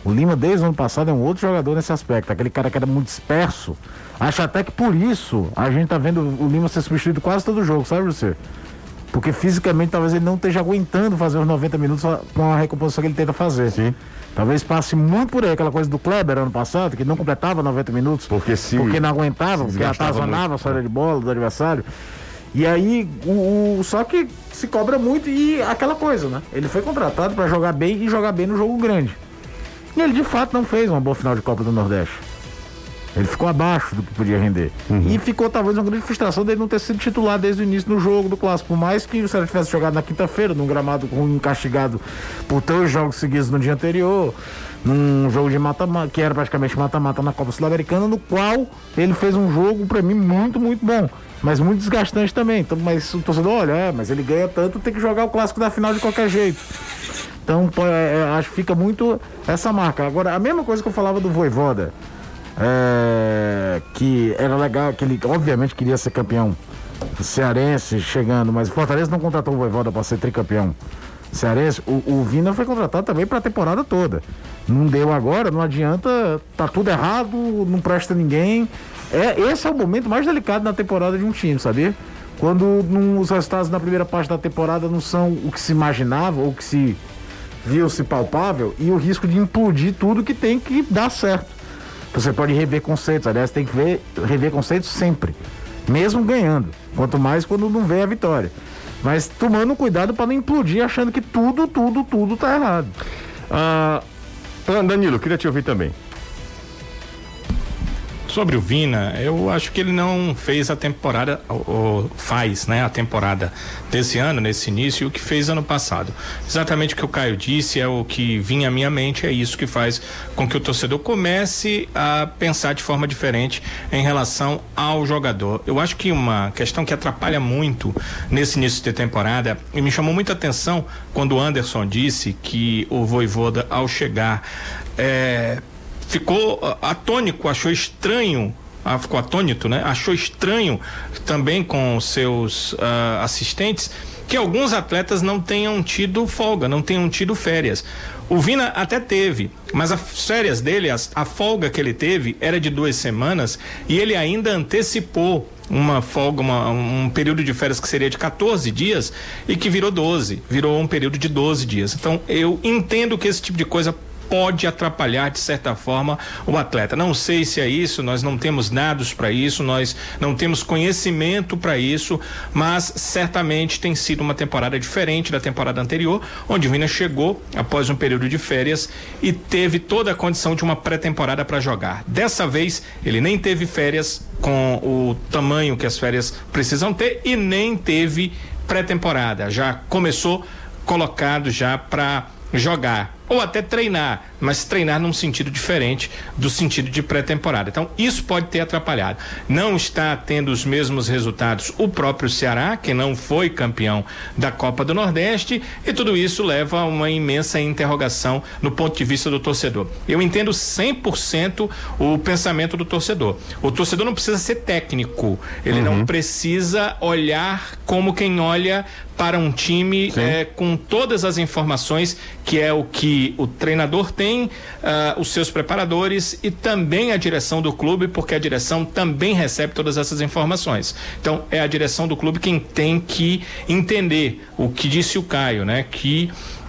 O Lima, desde o ano passado, é um outro jogador nesse aspecto. Aquele cara que era muito disperso. Acho até que por isso a gente tá vendo o Lima ser substituído quase todo jogo, sabe, você? Porque fisicamente talvez ele não esteja aguentando fazer os 90 minutos com a recomposição que ele tenta fazer. Sim. Talvez passe muito por aí, aquela coisa do Kleber ano passado, que não completava 90 minutos. Porque não aguentava, porque atazanava a saída de bola do adversário. E aí, só que se cobra muito e aquela coisa, né? Ele foi contratado para jogar bem e jogar bem no jogo grande. E ele de fato não fez uma boa final de Copa do Nordeste. Ele ficou abaixo do que podia render. E ficou talvez uma grande frustração dele não ter sido titular desde o início do jogo do Clássico. Por mais que o Ceará tivesse jogado na quinta-feira, num gramado ruim, castigado por 3 jogos seguidos no dia anterior, num jogo de mata-mata, que era praticamente mata-mata na Copa Sul-Americana, no qual ele fez um jogo, pra mim, muito, muito bom. Mas muito desgastante também. Então, mas o torcedor, olha, mas ele ganha tanto, tem que jogar o Clássico da final de qualquer jeito. Então, acho que fica muito essa marca. Agora, a mesma coisa que eu falava do Vojvoda, que era legal, que ele obviamente queria ser campeão cearense chegando, mas o Fortaleza não contratou o Vojvoda para ser tricampeão cearense. O Vina foi contratado também para a temporada toda. Não deu agora, não adianta, tá tudo errado, não presta ninguém. Esse é o momento mais delicado na temporada de um time, sabia? Quando os resultados na primeira parte da temporada não são o que se imaginava, ou que se viu-se palpável, e o risco de implodir tudo que tem que dar certo. Você pode rever conceitos, aliás, tem que rever conceitos sempre, mesmo ganhando, quanto mais quando não vê a vitória. Mas tomando cuidado para não implodir achando que tudo tá errado. Danilo, queria te ouvir também. Sobre o Vina, eu acho que ele não fez a temporada, ou faz, né, a temporada desse ano, nesse início, o que fez ano passado. Exatamente o que o Caio disse, é o que vinha à minha mente, é isso que faz com que o torcedor comece a pensar de forma diferente em relação ao jogador. Eu acho que uma questão que atrapalha muito nesse início de temporada, e me chamou muita atenção quando o Anderson disse que o Vojvoda, ao chegar, ficou atônico, achou estranho, ficou atônito, né? Achou estranho também com os seus assistentes que alguns atletas não tenham tido folga, não tenham tido férias. O Vina até teve, mas as férias dele, a folga que ele teve era de 2 semanas e ele ainda antecipou uma folga, um período de férias que seria de 14 dias e que virou um período de 12 dias. Então eu entendo que esse tipo de coisa pode atrapalhar de certa forma o atleta. Não sei se é isso, nós não temos dados para isso, nós não temos conhecimento para isso, mas certamente tem sido uma temporada diferente da temporada anterior, onde o Vina chegou após um período de férias e teve toda a condição de uma pré-temporada para jogar. Dessa vez ele nem teve férias com o tamanho que as férias precisam ter e nem teve pré-temporada, já começou colocado já para jogar ou até treinar, mas treinar num sentido diferente do sentido de pré-temporada. Então isso pode ter atrapalhado. Não está tendo os mesmos resultados o próprio Ceará, que não foi campeão da Copa do Nordeste, e tudo isso leva a uma imensa interrogação no ponto de vista do torcedor. Eu entendo 100% o pensamento do torcedor. O torcedor não precisa ser técnico, ele não precisa olhar como quem olha para um time com todas as informações, que é o que o treinador tem, os seus preparadores e também a direção do clube, porque a direção também recebe todas essas informações. Então é a direção do clube quem tem que entender o que disse o Caio, né? Que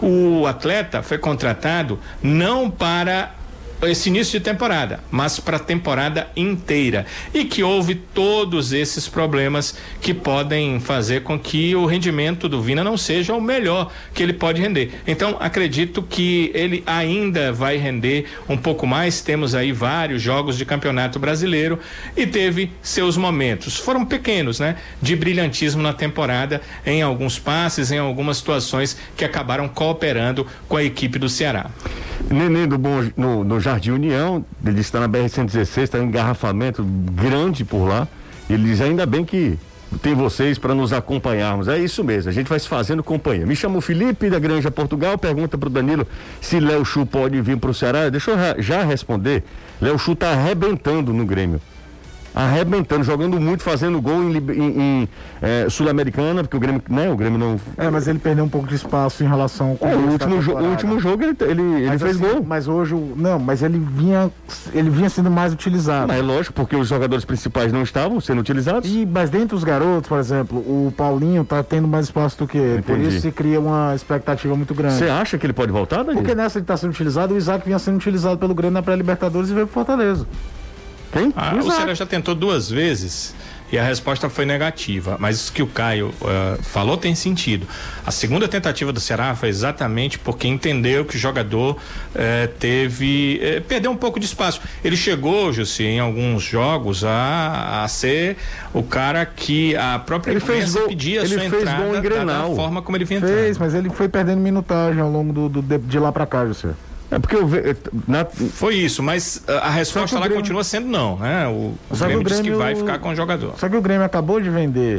o atleta foi contratado não para esse início de temporada, mas para a temporada inteira, e que houve todos esses problemas que podem fazer com que o rendimento do Vina não seja o melhor que ele pode render. Então acredito que ele ainda vai render um pouco mais. Temos aí vários jogos de Campeonato Brasileiro e teve seus momentos, foram pequenos, né, de brilhantismo na temporada, em alguns passes, em algumas situações que acabaram cooperando com a equipe do Ceará. Neném do bom no Jardim União, ele está na BR-116, está em engarrafamento grande por lá. Ele diz: ainda bem que tem vocês para nos acompanharmos. É isso mesmo, a gente vai se fazendo companhia. Me chamo Felipe da Granja Portugal, pergunta pro Danilo se Léo Chu pode vir pro Ceará. Deixa eu já responder. Léo Chu tá arrebentando no Grêmio. arrebentando, jogando muito, fazendo gol em Sul-Americana, porque o Grêmio, né, o Grêmio não... mas ele perdeu um pouco de espaço em relação com o último jogo ele fez gol. Mas hoje, mas ele vinha sendo mais utilizado. Mas é lógico, porque os jogadores principais não estavam sendo utilizados. Mas dentre os garotos, por exemplo, o Paulinho tá tendo mais espaço do que ele. Por isso se cria uma expectativa muito grande. Você acha que ele pode voltar, Danilo? Porque nessa ele tá sendo utilizado, o Isaac vinha sendo utilizado pelo Grêmio na pré-Libertadores e veio pro Fortaleza. Quem? O Ceará já tentou 2 vezes e a resposta foi negativa, mas isso que o Caio falou tem sentido. A segunda tentativa do Ceará foi exatamente porque entendeu que o jogador perdeu um pouco de espaço. Ele chegou, Jussi, em alguns jogos a ser o cara que a própria imprensa pedia a sua entrada da forma como ele vinha entrando. Mas ele foi perdendo minutagem ao longo de lá pra cá, Jussi. Porque foi isso, mas a resposta lá continua sendo não, né? O Grêmio disse que vai ficar com o jogador. Só que o Grêmio acabou de vender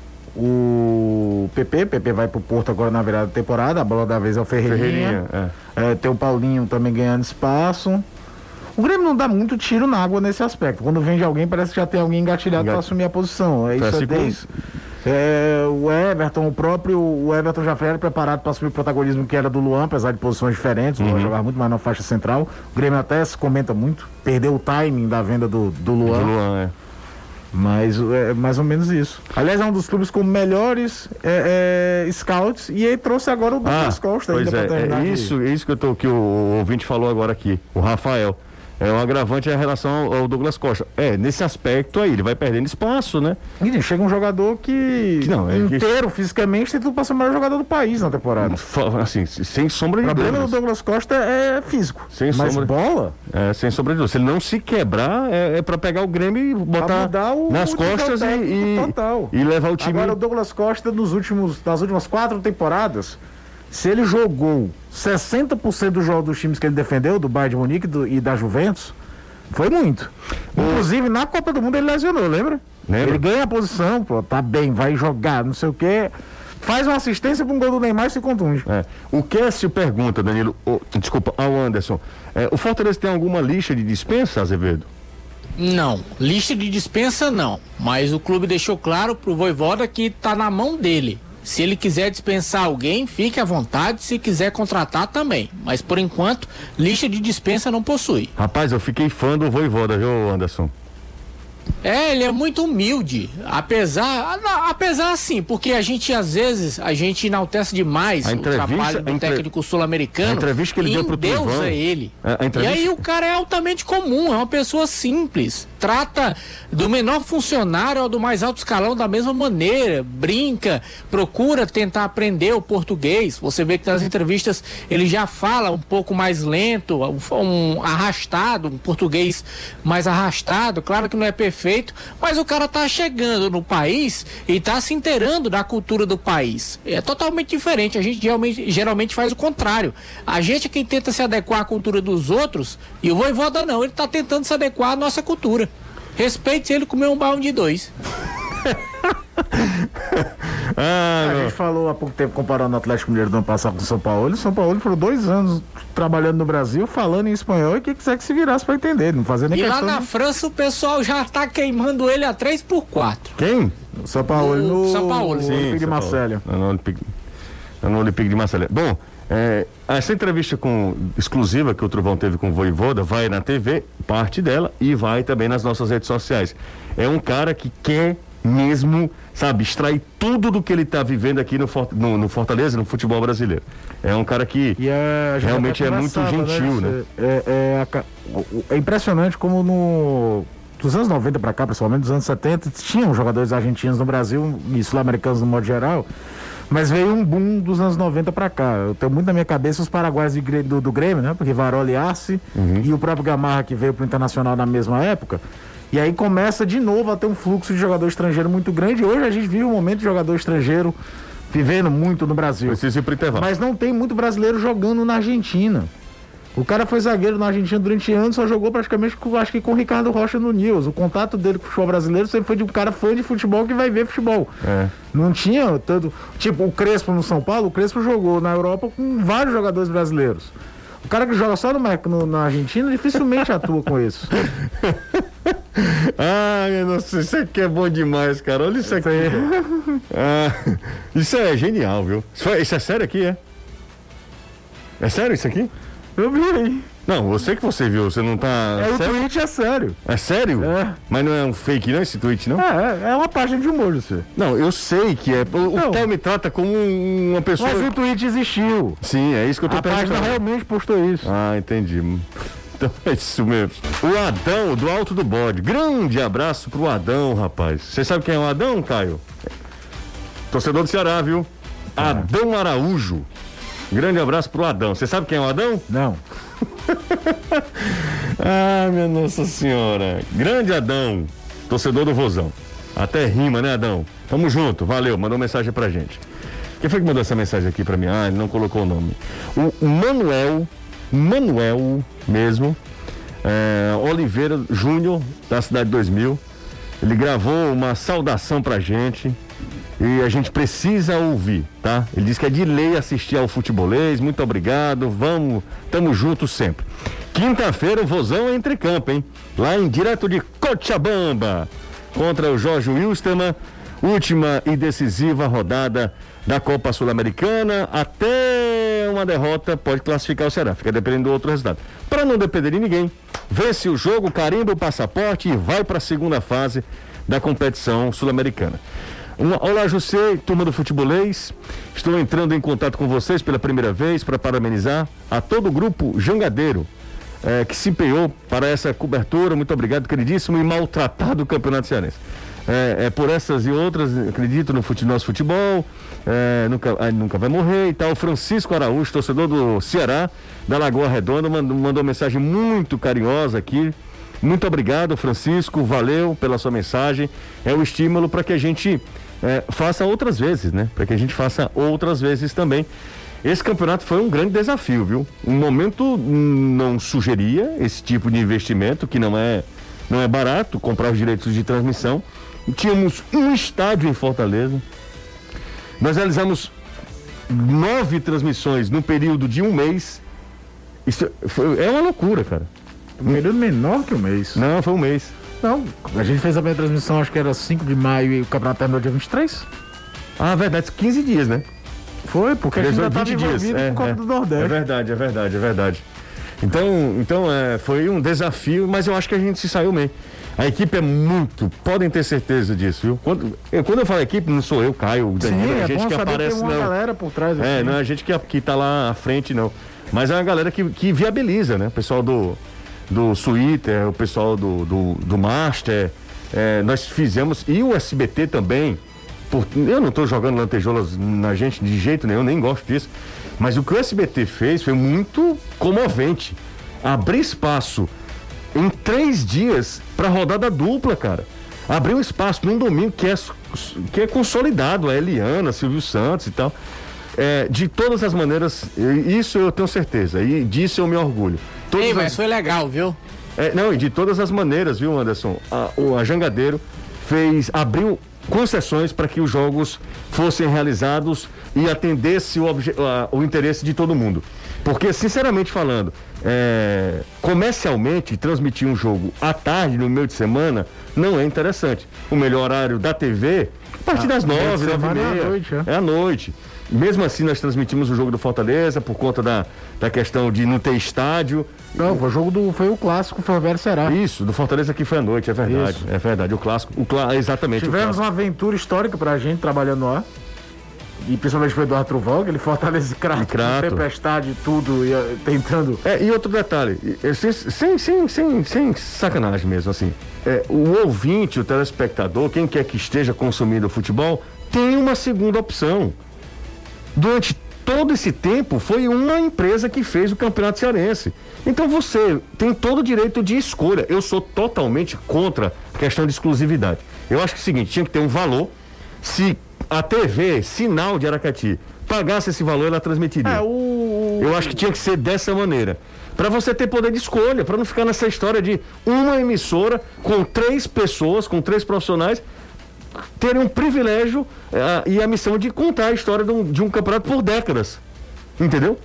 o PP vai pro Porto agora na virada da temporada, a bola da vez é o Ferreirinha. Tem o Paulinho também ganhando espaço. O Grêmio não dá muito tiro na água nesse aspecto. Quando vende alguém, parece que já tem alguém engatilhado para assumir a posição. O Everton, o Everton já foi preparado para assumir o protagonismo que era do Luan, apesar de posições diferentes. O Luan jogava muito mais na faixa central. O Grêmio até se comenta muito, perdeu o timing da venda do Luan. Mas é mais ou menos isso. Aliás, é um dos clubes com melhores scouts e aí trouxe agora o Douglas Costa. Pois isso que o ouvinte falou agora aqui, o Rafael. Um agravante em relação ao Douglas Costa. Nesse aspecto aí, ele vai perdendo espaço, né? E chega um jogador inteiro, fisicamente, tem tudo para ser o melhor jogador do país na temporada. Assim, sem sombra de dúvida. O problema do Douglas Costa é físico. Mas bola? Sem sombra de dúvida. Se ele não se quebrar, é para pegar o Grêmio e botar nas costas e levar o time... Agora, o Douglas Costa, nas últimas 4 temporadas... Se ele jogou 60% dos jogos dos times que ele defendeu, do Bayern de Munique e da Juventus, foi muito. Inclusive, na Copa do Mundo ele lesionou, lembra? Ele ganha a posição, tá bem, vai jogar, não sei o quê. Faz uma assistência para um gol do Neymar e se contunde. O Cássio pergunta, Danilo, ao Anderson, o Fortaleza tem alguma lista de dispensa, Azevedo? Não, lista de dispensa não, mas o clube deixou claro pro Vojvoda que tá na mão dele. Se ele quiser dispensar alguém, fique à vontade, se quiser contratar também. Mas por enquanto, lista de dispensa não possui. Rapaz, eu fiquei fã do Vojvoda, viu, Anderson? Ele é muito humilde, apesar assim, porque a gente às vezes enaltece demais o trabalho do técnico sul-americano. A entrevista que ele deu pro Turvão, ele. E aí o cara é altamente comum, é uma pessoa simples, trata do menor funcionário ao do mais alto escalão da mesma maneira, brinca, procura tentar aprender o português. Você vê que nas entrevistas ele já fala um pouco mais lento, um arrastado, um português mais arrastado. Claro que não é perfeito, mas o cara tá chegando no país e tá se inteirando da cultura do país. É totalmente diferente. A gente geralmente faz o contrário. A gente é quem tenta se adequar à cultura dos outros e o Vojvoda não, ele tá tentando se adequar à nossa cultura. Respeite ele comer um balão de 2. A gente falou há pouco tempo comparando o Atlético Mineiro do ano passado com o São Paulo. O São Paulo foram 2 anos trabalhando no Brasil, falando em espanhol e quem quiser que se virasse pra entender, não fazia nem questão. E lá na França o pessoal já tá queimando ele a 3x4. Quem? O São Paulo. No São Paulo. Sim, Olympique de Marselha. No Olympique de Marselha. Bom, essa entrevista exclusiva que o Trovão teve com o Vojvoda vai na TV, parte dela, e vai também nas nossas redes sociais. É um cara que quer mesmo, sabe, extrair tudo do que ele está vivendo aqui no Fortaleza, no futebol brasileiro. É um cara que realmente é muito gentil, né? É impressionante como dos anos 90 para cá, principalmente dos anos 70, tinham jogadores argentinos no Brasil e sul-americanos no modo geral, mas veio um boom dos anos 90 para cá. Eu tenho muito na minha cabeça os paraguaios do Grêmio, né? Porque Varoli, Arce e o próprio Gamarra, que veio pro Internacional na mesma época. E aí começa de novo a ter um fluxo de jogador estrangeiro muito grande. Hoje a gente vive um momento de jogador estrangeiro vivendo muito no Brasil. Precisa ir pro intervalo. Mas não tem muito brasileiro jogando na Argentina. O cara foi zagueiro na Argentina durante anos, só jogou praticamente, acho que com o Ricardo Rocha no News. O contato dele com o futebol brasileiro sempre foi de um cara fã de futebol que vai ver futebol. Não tinha tanto... Tipo, o Crespo no São Paulo, o Crespo jogou na Europa com vários jogadores brasileiros. O cara que joga só na Argentina dificilmente atua com isso. Nossa, isso aqui é bom demais, cara. Olha isso aqui. Isso é genial, viu? Isso é sério aqui, é? É sério isso aqui? Eu vi aí. Não, eu sei que você viu, você não tá... O tweet é sério. É sério? É. Mas não é um fake não, esse tweet, não? É uma página de humor, você. Não, eu sei que é. O Theo me trata como uma pessoa... Mas o tweet existiu. Sim, é isso que eu tô A perguntando. página realmente postou isso. Ah, entendi. Então é isso mesmo. O Adão, do Alto do Bode. Grande abraço pro Adão, rapaz. Você sabe quem é o Adão, Caio? Torcedor do Ceará, viu? Adão Araújo. Grande abraço pro Adão. Você sabe quem é o Adão? Não. Minha Nossa Senhora. Grande Adão, torcedor do Vozão. Até rima, né, Adão? Tamo junto, valeu. Mandou mensagem pra gente. Quem foi que mandou essa mensagem aqui pra mim? Ele não colocou o nome. O Manuel mesmo, Oliveira Júnior, da Cidade 2000. Ele gravou uma saudação pra gente. E a gente precisa ouvir, tá? Ele disse que é de lei assistir ao Futebolês. Muito obrigado, vamos, tamo junto sempre. Quinta-feira o Vozão é entre campo, hein? Lá em direto de Cochabamba, contra o Jorge Wilstermann. Última e decisiva rodada da Copa Sul-Americana. Até uma derrota pode classificar o Ceará, fica dependendo do outro resultado. Para não depender de ninguém, vence o jogo, carimba o passaporte e vai para a segunda fase da competição sul-americana. Olá, José, turma do Futebolês. Estou entrando em contato com vocês pela primeira vez para parabenizar a todo o grupo Jangadeiro que se empenhou para essa cobertura. Muito obrigado, queridíssimo e maltratado Campeonato Cearense. Por essas e outras, acredito no nosso futebol, nunca vai morrer e tal. Francisco Araújo, torcedor do Ceará, da Lagoa Redonda, mandou uma mensagem muito carinhosa aqui. Muito obrigado, Francisco, valeu pela sua mensagem. É o estímulo para que a gente faça outras vezes, né? Para que a gente faça outras vezes também. Esse campeonato foi um grande desafio, viu? Um momento não sugeria esse tipo de investimento, que não é barato, comprar os direitos de transmissão. Tínhamos um estádio em Fortaleza. Nós realizamos 9 transmissões no período de um mês. Isso é uma loucura, cara. Um período menor que um mês. Não, foi um mês. Não, a gente fez a minha transmissão, acho que era 5 de maio e o campeonato terminou dia 23. Ah, verdade, 15 dias, né? Foi, porque a gente ainda estava envolvido com o Copa do Nordeste. É verdade. Então foi um desafio, mas eu acho que a gente se saiu bem. A equipe é muito, podem ter certeza disso, viu? Quando eu falo equipe, não sou eu, Caio, o Danilo, sim, a gente que aparece, que tem uma galera por trás. Assim. Não é a gente que tá lá à frente, não. Mas é uma galera que viabiliza, né? O pessoal do Twitter, o pessoal do Master, nós fizemos, e o SBT também, eu não estou jogando lantejoulas na gente de jeito nenhum, nem gosto disso, mas o que o SBT fez foi muito comovente, abrir espaço em 3 dias para rodada dupla, cara, abrir um espaço num domingo que é consolidado, a Eliana, Silvio Santos e tal, de todas as maneiras, isso eu tenho certeza, e disso eu me orgulho. Mas foi legal, viu? E de todas as maneiras, viu, Anderson? A Jangadeiro abriu concessões para que os jogos fossem realizados e atendesse o interesse de todo mundo. Porque, sinceramente falando, comercialmente, transmitir um jogo à tarde, no meio de semana, não é interessante. O melhor horário da TV, a partir das 9, 9h30. É à noite. Mesmo assim, nós transmitimos o jogo do Fortaleza por conta da questão de não ter estádio. Não, foi o clássico Ferroviário Ceará. Isso, do Fortaleza que foi à noite, é verdade. Isso. É verdade, o clássico, exatamente. Tivemos uma aventura histórica pra gente trabalhando lá. E principalmente pro Eduardo Truvão, que ele Fortaleza Crato, tempestade, tudo, tentando. E outro detalhe, sem sacanagem mesmo, assim. O ouvinte, o telespectador, quem quer que esteja consumindo o futebol, tem uma segunda opção. Durante todo esse tempo foi uma empresa que fez o Campeonato Cearense. Então você tem todo o direito de escolha. Eu sou totalmente contra a questão de exclusividade. Eu acho que é o seguinte, tinha que ter um valor. Se a TV, Sinal de Aracati, pagasse esse valor, ela transmitiria. Eu acho que tinha que ser dessa maneira. Para você ter poder de escolha, para não ficar nessa história de uma emissora com 3 pessoas, com 3 profissionais, terem um privilégio e a missão de contar a história de um campeonato por décadas. Entendeu?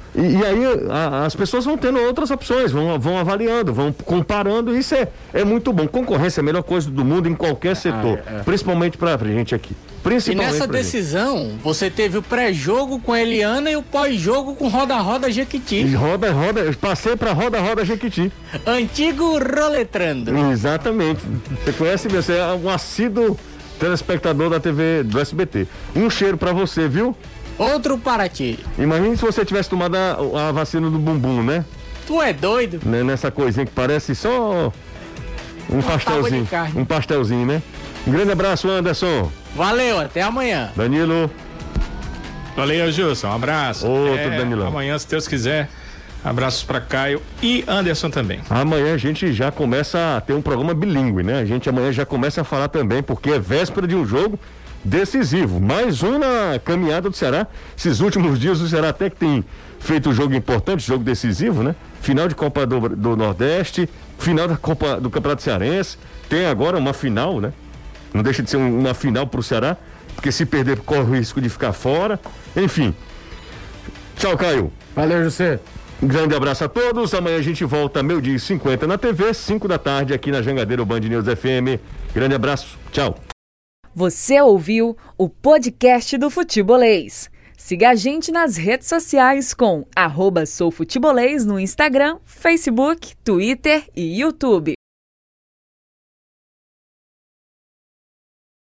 E aí as pessoas vão tendo outras opções, vão avaliando, vão comparando, isso é muito bom. Concorrência é a melhor coisa do mundo em qualquer setor, principalmente pra gente aqui. E nessa decisão, você teve o pré-jogo com a Eliana e o pós-jogo com Roda-Roda Jequiti. Passei pra Roda-Roda Jequiti. Antigo roletrando. Exatamente. Você conhece, você é um assíduo telespectador da TV do SBT. Um cheiro pra você, viu? Outro para ti. Imagina se você tivesse tomado a vacina do bumbum, né? Tu é doido? Nessa coisinha que parece só um pastelzinho. Um pastelzinho, né? Um grande abraço, Anderson. Valeu, até amanhã. Danilo. Valeu, Gilson. Um abraço. Outro Danilão. Amanhã, se Deus quiser. Abraços para Caio e Anderson também. Amanhã a gente já começa a ter um programa bilíngue, né? A gente amanhã já começa a falar também, porque é véspera de um jogo decisivo. Mais um na caminhada do Ceará. Esses últimos dias o Ceará até que tem feito um jogo importante, jogo decisivo, né? Final de Copa do Nordeste, final da Copa do Campeonato Cearense. Tem agora uma final, né? Não deixa de ser uma final pro Ceará, porque se perder corre o risco de ficar fora. Enfim. Tchau, Caio. Valeu, José. Um grande abraço a todos. Amanhã a gente volta 12h50 na TV, 5 da tarde aqui na Jangadeiro Band News FM. Grande abraço. Tchau. Você ouviu o podcast do Futebolês. Siga a gente nas redes sociais com @soufutebolês no Instagram, Facebook, Twitter e YouTube.